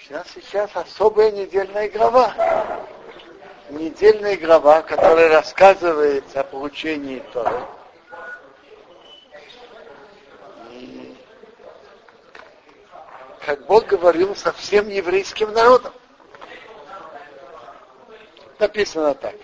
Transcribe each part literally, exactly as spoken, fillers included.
Сейчас, сейчас особая недельная глава. Недельная глава, которая рассказывает о получении Торы. И как Бог говорил со всем еврейским народом. Написано так.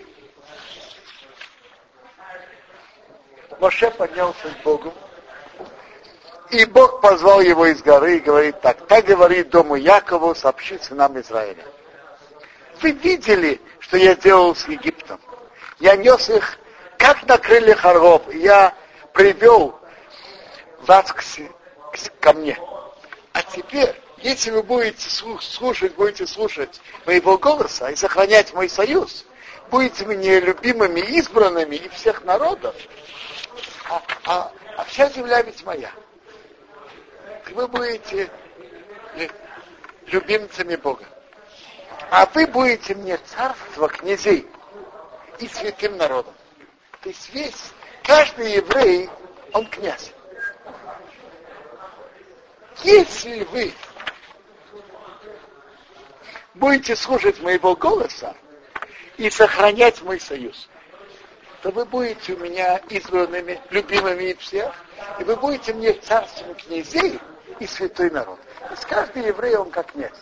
Моше поднялся к Богу, и Бог позвал его из горы и говорит так: так говорит дому Якову, сообщи сынам Израиля. Вы видели, что я делал с Египтом? Я нес их, как на крыльях орлов, и я привел вас к, к, ко мне. А теперь, если вы будете слушать, будете слушать моего голоса и сохранять мой союз, будете мне любимыми, избранными и всех народов, а, а, а вся земля ведь моя. Вы будете любимцами Бога. А вы будете мне царство князей и святым народом. То есть весь, каждый еврей, он князь. Если вы будете слушать моего голоса и сохранять мой союз, то вы будете у меня избранными, любимыми всех, и вы будете мне царством князей и святой народ. То есть каждый еврей, он как князь.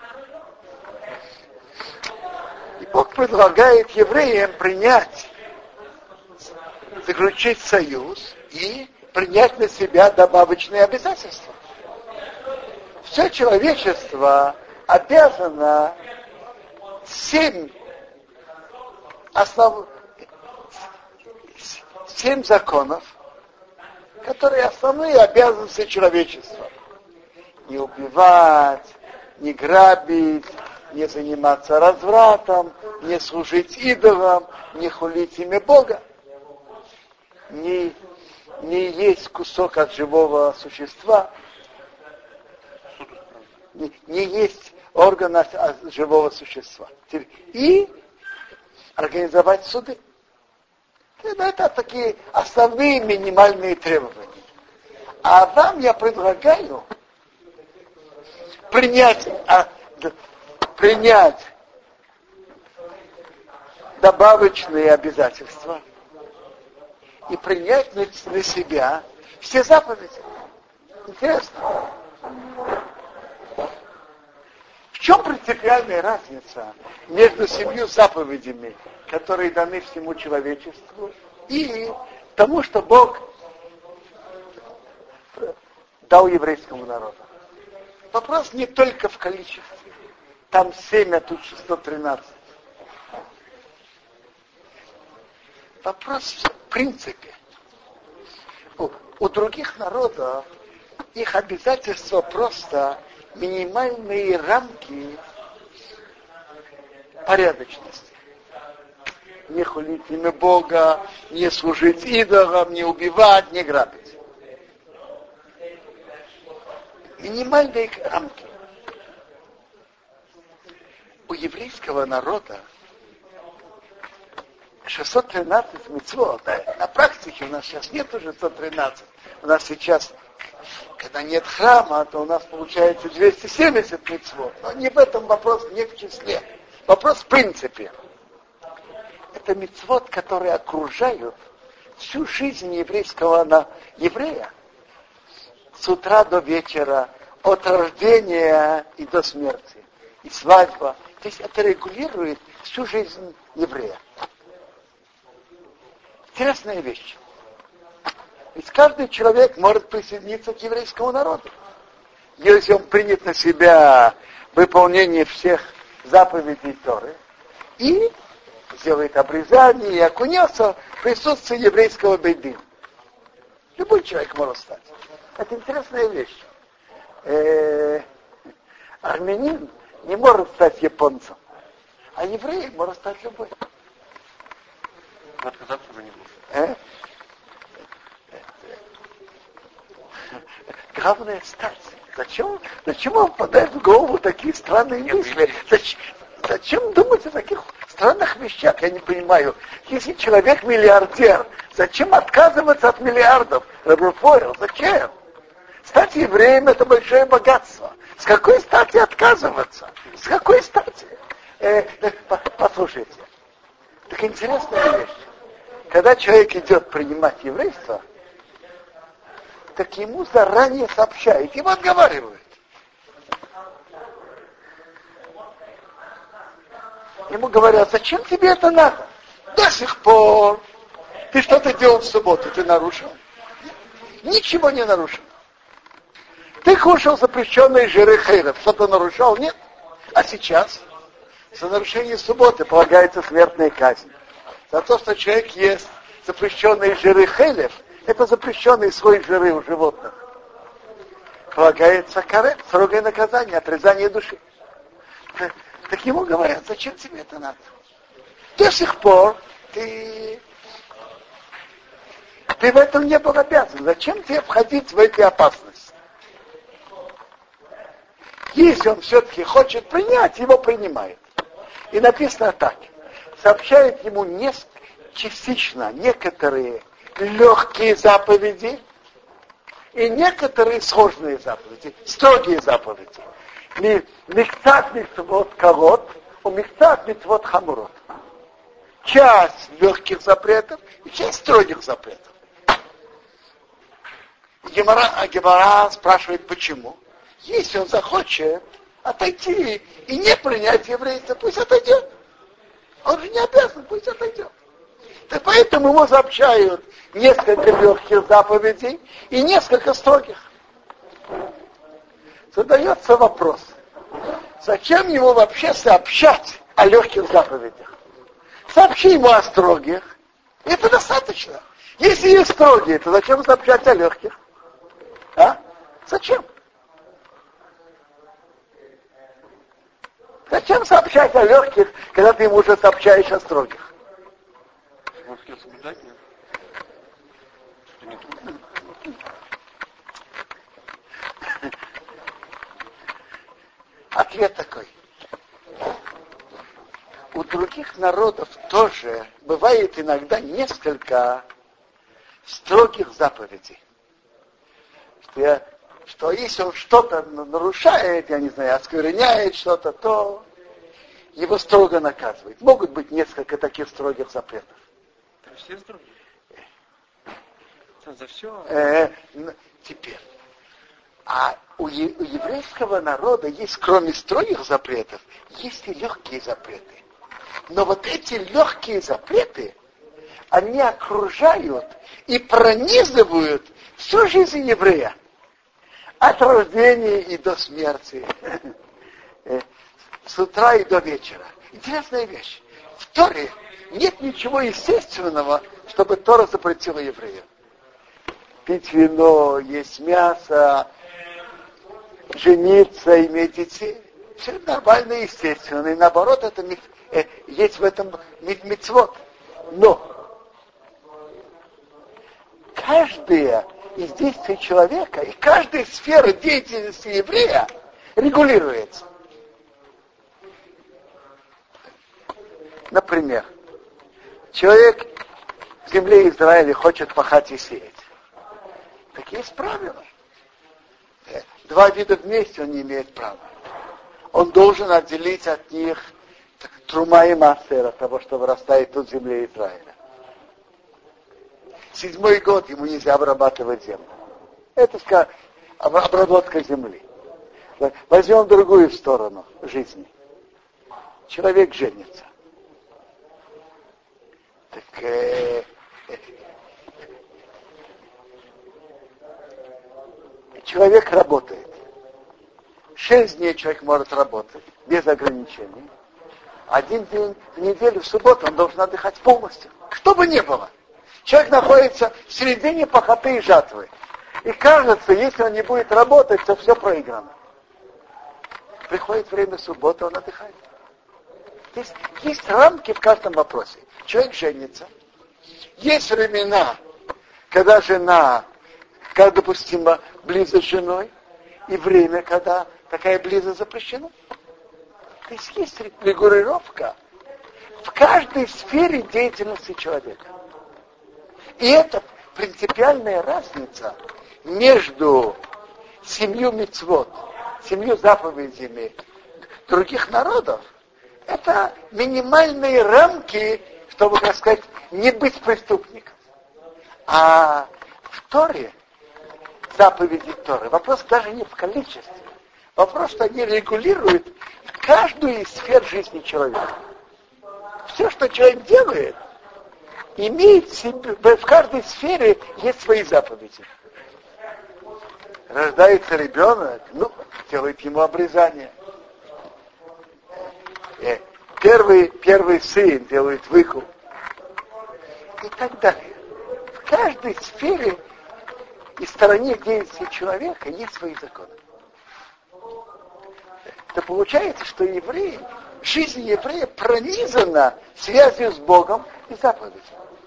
И Бог предлагает евреям принять, заключить союз и принять на себя добавочные обязательства. Все человечество обязано семь основ... семь законов, которые основные обязанности человечества. Не убивать, не грабить, не заниматься развратом, не служить идолам, не хулить имя Бога, не, не есть кусок от живого существа, не, не есть орган от, от живого существа. И организовать суды. Это такие основные минимальные требования. А вам я предлагаю принять, а, принять добавочные обязательства и принять на, на себя все заповеди. Интересно. В чем принципиальная разница между семью заповедями, которые даны всему человечеству, и тому, что Бог дал еврейскому народу? Вопрос не только в количестве. Там семь, а тут шестьсот тринадцать. Вопрос в принципе. У, у других народов их обязательства просто минимальные рамки порядочности. Не хулить имя Бога, не служить идолам, не убивать, не грабить. Минимальные рамки. У еврейского народа шестьсот тринадцать мицвот. На практике у нас сейчас нет уже шестьсот тринадцать. У нас сейчас, когда нет храма, то у нас получается двести семьдесят мицвот. Но не в этом вопрос, не в числе. Вопрос в принципе. Это мицвот, которые окружают всю жизнь еврейского на еврея. С утра до вечера, от рождения и до смерти. И свадьба. То есть это регулирует всю жизнь еврея. Интересная вещь. Ведь каждый человек может присоединиться к еврейскому народу. Если он принят на себя выполнение всех заповедей Торы и сделает обрезание и окунется в присутствие еврейского бейдина. Любой человек может стать. Это интересная вещь. Э-э- армянин не может стать японцем, а еврей может стать любой. Отказаться уже не может. Э? Главное стать. Зачем, зачем вам впадают в голову такие странные мысли? Зачем, зачем думать о таких странных вещах? Я не понимаю. Если человек миллиардер, зачем отказываться от миллиардов? Рафаэль, зачем? Стать евреем — это большое богатство. С какой стати отказываться? С какой стати? Э, э, послушайте. Так интересная вещь. Когда человек идет принимать еврейство, так ему заранее сообщают, ему отговаривают. Ему говорят, зачем тебе это надо? До сих пор ты что-то делал в субботу, ты нарушил? Ничего не нарушил. Ты кушал запрещенные жиры хейров, что-то нарушал? Нет. А сейчас за нарушение субботы полагается смертная казнь. За то, что человек ест запрещенные жиры хейлев, это запрещенные слой жиры у животных. Полагается карет, строгое наказание, отрезание души. Так ему говорят, зачем тебе это надо? До сих пор ты, ты в этом не был обязан. Зачем тебе входить в эти опасности? Если он все-таки хочет принять, его принимает. И написано так. Сообщает ему не, частично некоторые легкие заповеди и некоторые сложные заповеди, строгие заповеди. Микцат мицвот кавод, у микцат мицвот хамурот. Часть легких запретов и часть строгих запретов. Гемара, а Гемара спрашивает, почему? Если он захочет отойти и не принять еврейство, пусть отойдет. Он же не обязан, пусть отойдет. Так поэтому ему сообщают несколько легких заповедей и несколько строгих. Задается вопрос, зачем ему вообще сообщать о легких заповедях? Сообщи ему о строгих, это достаточно. Если есть строгие, то зачем сообщать о легких? А? Зачем? Зачем сообщать о легких, когда ты ему уже сообщаешь о строгих? Ответ такой. У других народов тоже бывает иногда несколько строгих заповедей. Что, я, что если он что-то нарушает, я не знаю, оскверняет что-то, то его строго наказывают. Могут быть несколько таких строгих запретов. Все строгие? За все? Э, теперь. А у, е- у еврейского народа есть, кроме строгих запретов, есть и легкие запреты. Но вот эти легкие запреты, они окружают и пронизывают всю жизнь еврея. От рождения и до смерти. С утра и до вечера. Интересная вещь. В Торе нет ничего естественного, чтобы Тора запретила еврею. Пить вино, есть мясо, жениться, иметь детей. Все нормально и естественно. И наоборот, это э, есть в этом мицвот. Но каждое из действий человека и каждая сфера деятельности еврея регулируется. Например, человек в земле Израиля хочет пахать и сеять. Так есть правила. Два вида вместе он не имеет права. Он должен отделить от них трума и массер, от того, что вырастает тут в земле Израиля. Седьмой год ему нельзя обрабатывать землю. Это, скажем, обработка земли. Возьмем другую сторону жизни. Человек женится. Так э, э, человек работает. Шесть дней человек может работать без ограничений. Один день в неделю, в субботу он должен отдыхать полностью. Что бы ни было. Человек находится в середине пахоты и жатвы. И кажется, если он не будет работать, то все проиграно. Приходит время субботы, он отдыхает. Есть, есть рамки в каждом вопросе. Человек женится. Есть времена, когда жена, когда допустимо близость с женой, и время, когда такая близость запрещена. То есть есть регулировка в каждой сфере деятельности человека. И это принципиальная разница между семью мицвот, семью заповедями других народов, это минимальные рамки, чтобы, так сказать, не быть преступником. А в Торе, заповеди Торы, вопрос даже не в количестве. Вопрос, что они регулируют каждую из сфер жизни человека. Все, что человек делает, имеет в себе, в каждой сфере есть свои заповеди. Рождается ребенок, ну, делает ему обрезание. Первый, первый сын делает выкуп. И так далее. В каждой сфере и стороне деятельности человека есть свои законы. Это получается, что еврей, жизнь еврея пронизана связью с Богом и заповедью.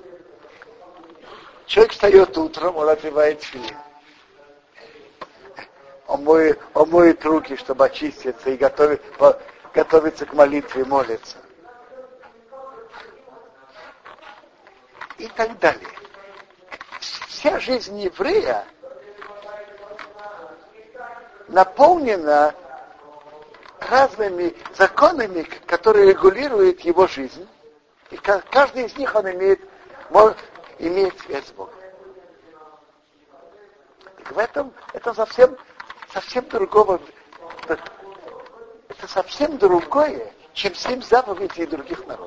Человек встает утром, он одевает тфилин. Он моет, он моет руки, чтобы очиститься, и готовит, готовится к молитве, молится. И так далее. Вся жизнь еврея наполнена разными законами, которые регулируют его жизнь. И каждый из них он имеет, может, имеет связь с Богом. Так в этом это совсем, совсем другого, это совсем другое, чем семь заповедей других народов.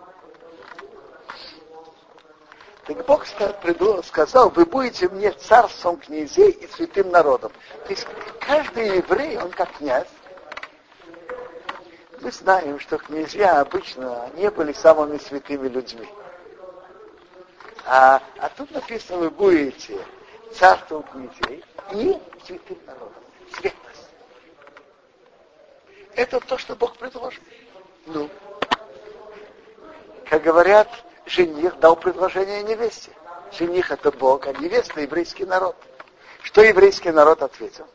Так Бог сказал, вы будете мне царством князей и святым народом. То есть каждый еврей, он как князь. Мы знаем, что князья обычно не были самыми святыми людьми. А, а тут написано, вы будете царством князей и святым народом. Светлость. Это то, что Бог предложил. Ну, как говорят, жених дал предложение невесте. Жених это Бог, а невеста еврейский народ. Что еврейский народ ответил?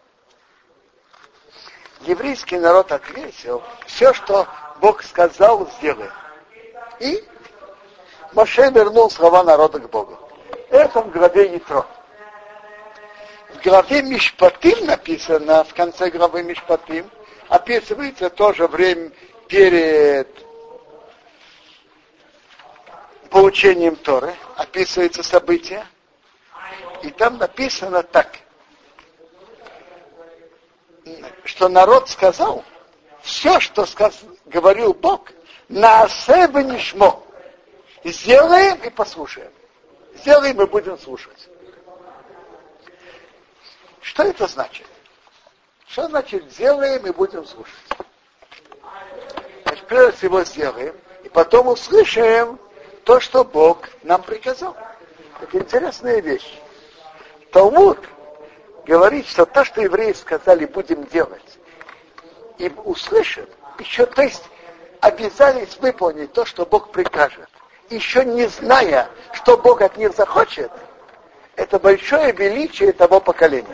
Еврейский народ ответил, все, что Бог сказал, сделай. И Моше вернул слова народа к Богу. Это в главе Итро. В главе Мишпатим написано, в конце главы Мишпатим, описывается тоже время перед получением Торы, описывается событие, и там написано так, что народ сказал, все, что сказ... говорил Бог, на себе нишмо. Сделаем и послушаем. Сделаем и будем слушать. Что это значит? Что значит сделаем и будем слушать? Значит, прежде всего сделаем, и потом услышим то, что Бог нам приказал. Это интересная вещь. Талмуд говорит, что то, что евреи сказали, будем делать, и услышим, еще, то есть, обязались выполнить то, что Бог прикажет, еще не зная, что Бог от них захочет, это большое величие того поколения.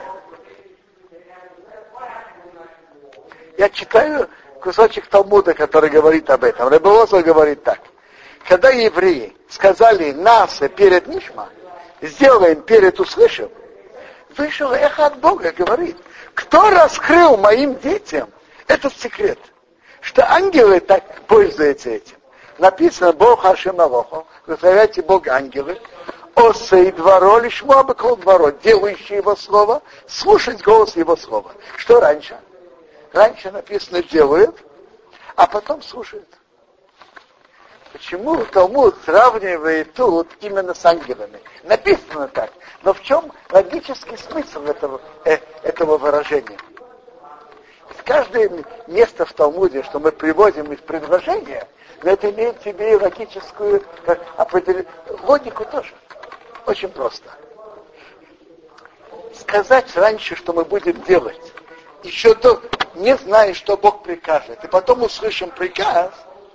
Я читаю кусочек Талмуда, который говорит об этом. Ребе Лозер говорит так. Когда евреи сказали нас перед Нишма, сделаем перед услышим, вышел эхо от Бога, говорит, кто раскрыл моим детям этот секрет, что ангелы так пользуются этим. Написано, Бог Хашем Алохо, представляете, Бог ангелы, осей дворо, лишмо абыкол дворо, делающий его слово, слушать голос его слова. Что раньше? Раньше написано делают, а потом слушают. Почему Талмуд сравнивает тут именно с ангелами? Написано так. Но в чем логический смысл этого, э, этого выражения? Каждое место в Талмуде, что мы приводим из предложения, но это имеет в себе и логическую как, определен... логику тоже. Очень просто. Сказать раньше, что мы будем делать, еще до, не зная, что Бог прикажет, и потом услышим приказ,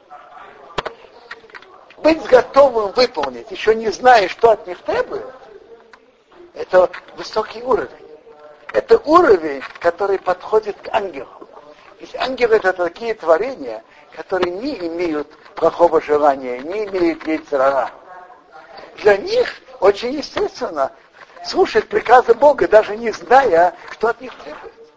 быть готовым выполнить, еще не зная, что от них требует, это высокий уровень. Это уровень, который подходит к ангелам. Ведь ангелы это такие творения, которые не имеют плохого желания, не имеют яйцерара. Для них очень естественно слушать приказы Бога, даже не зная, что от них требуется.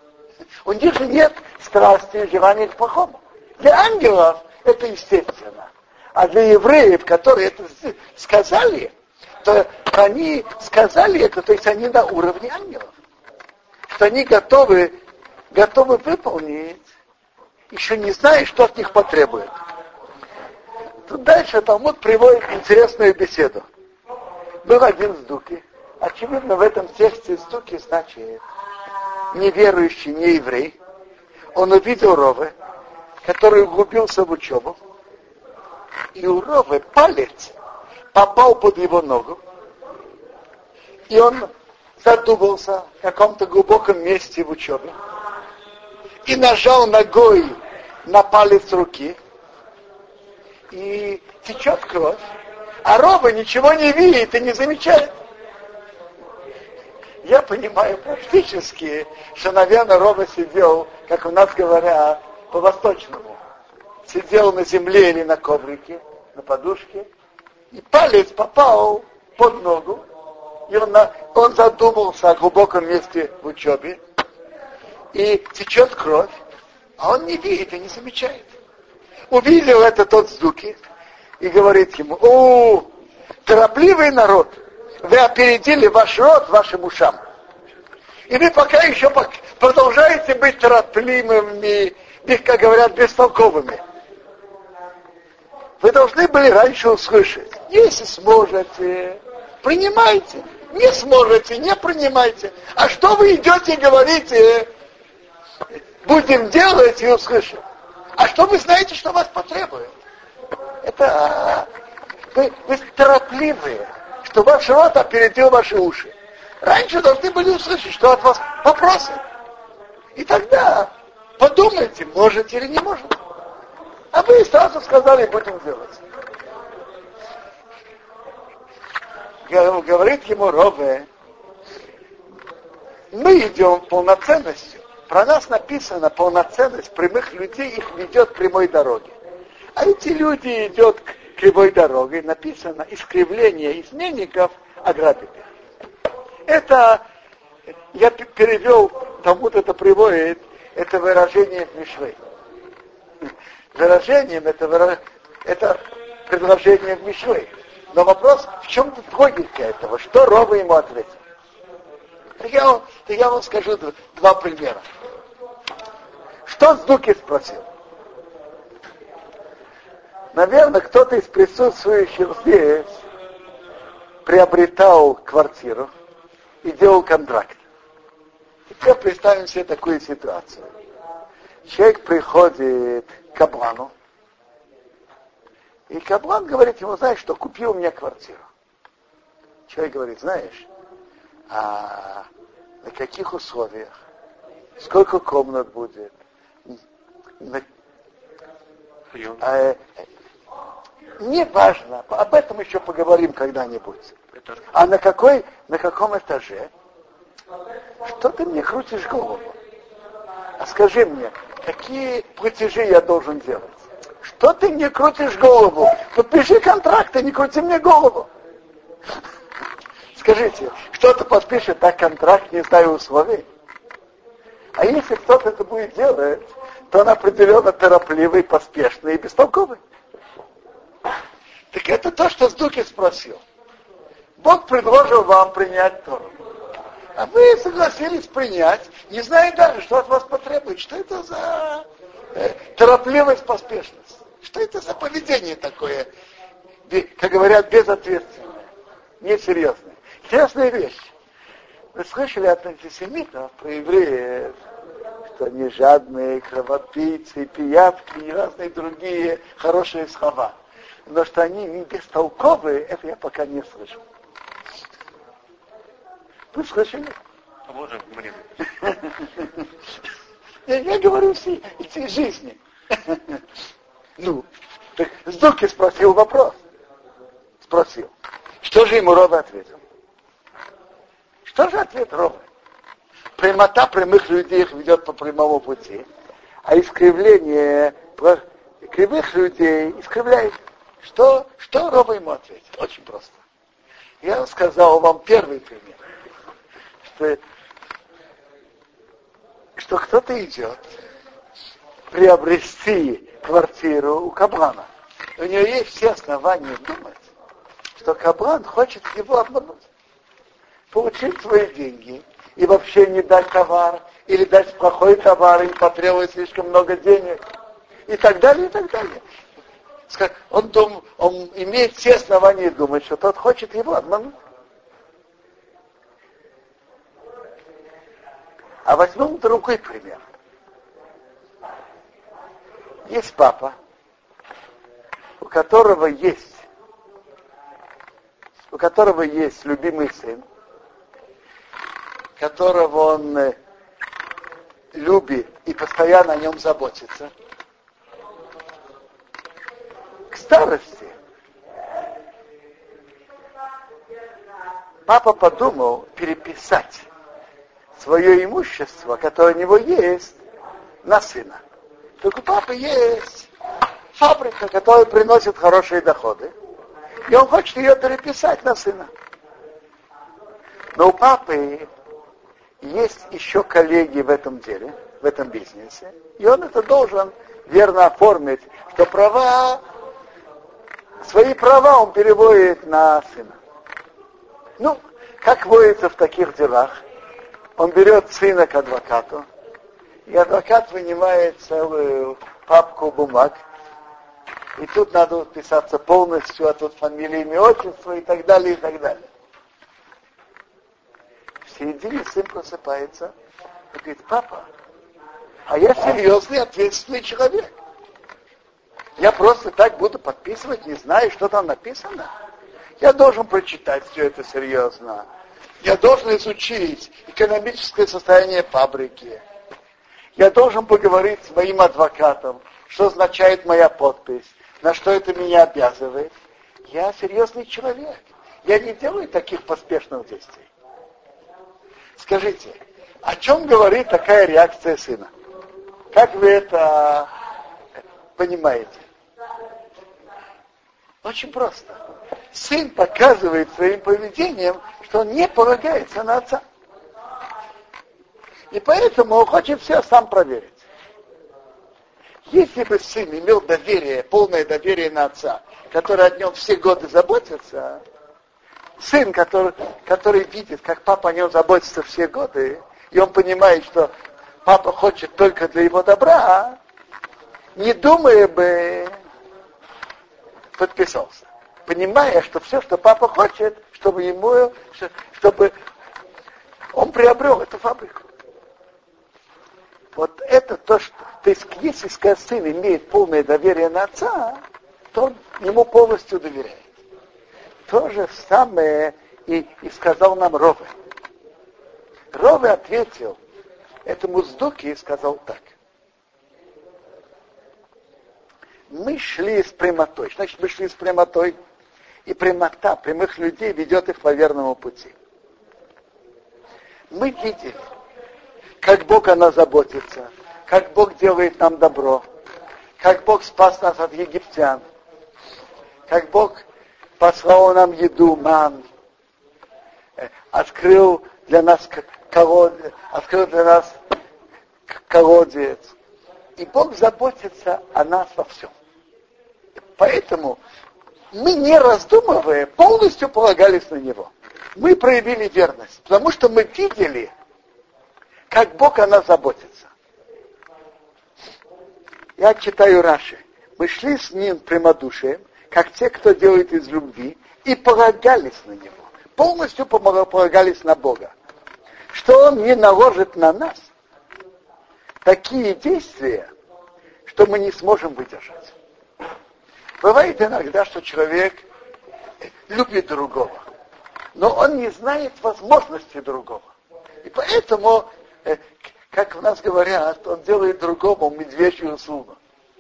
У них же нет страсти и желания к плохому. Для ангелов это естественно. А для евреев, которые это сказали, то они сказали это, то есть они на уровне ангелов. Что они готовы, готовы выполнить, еще не зная, что от них потребует. Тут дальше Талмуд приводит интересную беседу. Был один сдуки. Очевидно, в этом тексте сдуки значит неверующий, не еврей. Он увидел Рове, который углубился в учебу. И у Рове палец попал под его ногу. И он задумался в каком-то глубоком месте в учебе. И нажал ногой на палец руки. И течет кровь. А Рова ничего не видит и не замечает. Я понимаю практически, что, наверное, Рова сидел, как у нас говорят, по-восточному. Сидел на земле или на коврике, на подушке, и палец попал под ногу, и он, он задумался о глубоком месте в учебе, и течет кровь, а он не видит и не замечает. Увидел это тот Сдуки и говорит ему: о, торопливый народ, вы опередили ваш род вашим ушам. И вы пока еще продолжаете быть торопливыми, как говорят, бестолковыми. Вы должны были раньше услышать. Если сможете, принимайте. Не сможете, не принимайте. А что вы идете и говорите, будем делать и услышим? А что вы знаете, что вас потребует? Это вы, вы торопливые, что ваш род опередил ваши уши. Раньше должны были услышать, что от вас вопросы. И тогда подумайте, можете или не можете. А вы сразу сказали, будем делать. Говорит ему Рове: мы идем полноценностью. Про нас написано, полноценность прямых людей их ведет к прямой дороге. А эти люди идут к кривой дороге. Написано, искривление изменников ограбит их. Это, я перевел, Талмуд это приводит, это выражение Мишвы. Выражением это, выра... это предложение в Мишвы. Но вопрос, в чем тут логика этого? Что Рова ему ответил? Так я, вам, так я вам скажу два примера. Что Сдуки спросил? Наверное, кто-то из присутствующих здесь приобретал квартиру и делал контракт. Теперь представим себе такую ситуацию. Человек приходит к каблану, и каблан говорит ему: знаешь что, купи у меня квартиру. Человек говорит: знаешь, а на каких условиях, сколько комнат будет, на... а, не важно, об этом еще поговорим когда-нибудь. А на какой, на каком этаже? Что ты мне крутишь голову? А скажи мне, какие платежи я должен делать? Что ты мне крутишь голову? Подпиши контракт, и не крути мне голову. Скажите, кто-то подпишет так контракт, не зная условий? А если кто-то это будет делать, то он определенно торопливый, поспешный и бестолковый. Так это то, что Сдуки спросил. Бог предложил вам принять Тору. А вы согласились принять, не зная даже, что от вас потребует. Что это за э, торопливость, поспешность? Что это за поведение такое, как говорят, безответственное, несерьезное? Интересная вещь. Вы слышали от антисемитов про евреев, что они жадные, кровопийцы, пиявки и разные другие хорошие слова. Но что они не бестолковые, это я пока не слышал. Вы слышали? Поможем мне. Я, я говорю всей, всей жизни. Ну, так Сдуки спросил вопрос. Спросил. Что же ему Рова ответил? Что же ответ Ровы? Прямота прямых людей их ведет по прямому пути, а искривление кривых людей искривляет. Что, что Рова ему ответил? Очень просто. Я сказал вам первый пример. Что что кто-то идет приобрести квартиру у Кабрана. У него есть все основания думать, что Кабран хочет его обмануть, получить свои деньги и вообще не дать товар, или дать плохой товар, или потребовать слишком много денег, и так далее, и так далее. Он, дум, он имеет все основания думать, что тот хочет его обмануть. А возьмем другой пример. Есть папа, у которого есть, у которого есть любимый сын, которого он любит и постоянно о нем заботится. К старости папа подумал переписать свое имущество, которое у него есть, на сына. Только у папы есть фабрика, которая приносит хорошие доходы, и он хочет ее переписать на сына. Но у папы есть еще коллеги в этом деле, в этом бизнесе, и он это должен верно оформить, что права, свои права он переводит на сына. Ну, как водится в таких делах, он берет сына к адвокату, и адвокат вынимает целую папку бумаг, и тут надо подписаться полностью, а тут фамилия, имя, отчество и так далее, и так далее. В середине сын просыпается и говорит: папа, а я серьезный, ответственный человек. Я просто так буду подписывать, не знаю, что там написано. Я должен прочитать все это серьезно. Я должен изучить экономическое состояние фабрики. Я должен поговорить с моим адвокатом, что означает моя подпись, на что это меня обязывает. Я серьезный человек. Я не делаю таких поспешных действий. Скажите, о чем говорит такая реакция сына? Как вы это понимаете? Очень просто. Сын показывает своим поведением, что он не полагается на отца. И поэтому он хочет все сам проверить. Если бы сын имел доверие, полное доверие на отца, который о нем все годы заботится, сын, который, который видит, как папа о нем заботится все годы, и он понимает, что папа хочет только для его добра, не думая бы, подписался. Понимая, что все, что папа хочет, чтобы ему, чтобы он приобрел эту фабрику. Вот это то, что... То есть, если сын имеет полное доверие на отца, то он ему полностью доверяет. То же самое и, и сказал нам Рове. Рове ответил этому Сдуке и сказал так. Мы шли с прямотой. Значит, мы шли с прямотой. И прямота прямых людей ведет их по верному пути. Мы видели, как Бог о нас заботится, как Бог делает нам добро, как Бог спас нас от египтян, как Бог послал нам еду, ман, открыл для нас колодец, открыл для нас колодец. И Бог заботится о нас во всем. Поэтому мы, не раздумывая, полностью полагались на Него. Мы проявили верность, потому что мы видели, как Бог о нас заботится. Я читаю Раши. Мы шли с ним прямодушием, как те, кто делает из любви, и полагались на Него. Полностью полагались на Бога. Что Он не наложит на нас такие действия, что мы не сможем выдержать. Бывает иногда, что человек любит другого, но он не знает возможности другого. И поэтому, как у нас говорят, он делает другому медвежью услугу.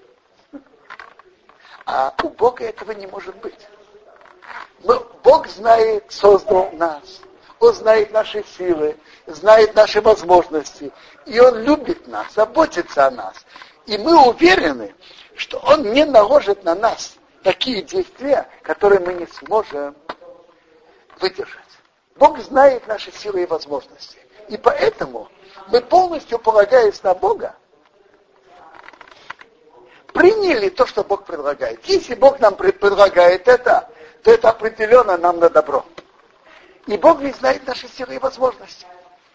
А у Бога этого не может быть. Но Бог знает, создал нас. Он знает наши силы, знает наши возможности. И Он любит нас, заботится о нас. И мы уверены, что Он не наложит на нас такие действия, которые мы не сможем выдержать. Бог знает наши силы и возможности. И поэтому мы полностью, полагаясь на Бога, приняли то, что Бог предлагает. Если Бог нам предлагает это, то это определенно нам на добро. И Бог ведь знает наши силы и возможности.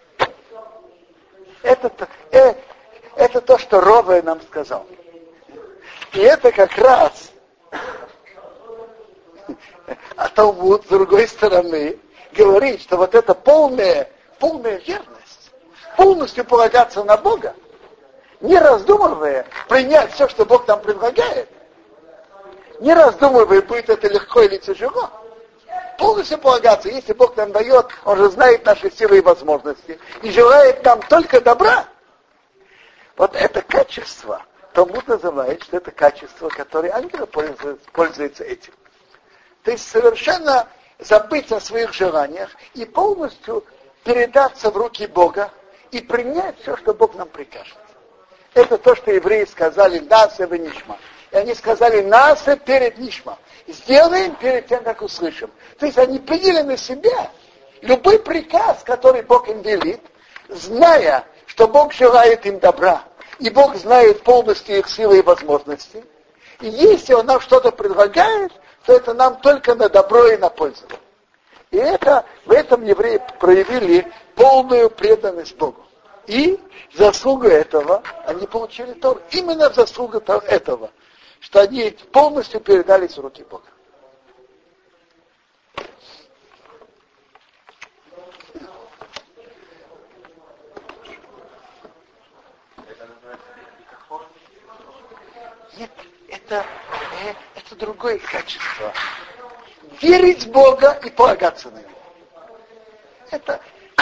Это, э, это то, что Рове нам сказал. И это как раз, а Талмуд, с другой стороны, говорит, что вот это полная, полная верность, полностью полагаться на Бога, не раздумывая, принять все, что Бог нам предлагает, не раздумывая, будет это легко или тяжело, полностью полагаться, если Бог нам дает, Он же знает наши силы и возможности, и желает нам только добра. Вот это качество, Талмуд называет, что это качество, которое ангелы пользуются, пользуются этим. То есть совершенно забыть о своих желаниях и полностью передаться в руки Бога и принять все, что Бог нам прикажет. Это то, что евреи сказали «Насе ве нишма». И они сказали «Насе перед нишма». Сделаем перед тем, как услышим. То есть они приняли на себя любой приказ, который Бог им велит, зная, что Бог желает им добра. И Бог знает полностью их силы и возможности. И если Он нам что-то предлагает, то это нам только на добро и на пользу. И это, в этом евреи проявили полную преданность Богу. И заслугу этого они получили Тору. Именно в заслугу этого, что они полностью передались в руки Бога. Нет, это, э, это другое качество. Верить в Бога и полагаться на Него. Это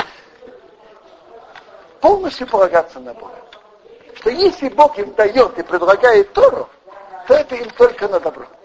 полностью полагаться на Бога. Что если Бог им дает и предлагает Тору, то это им только на добро.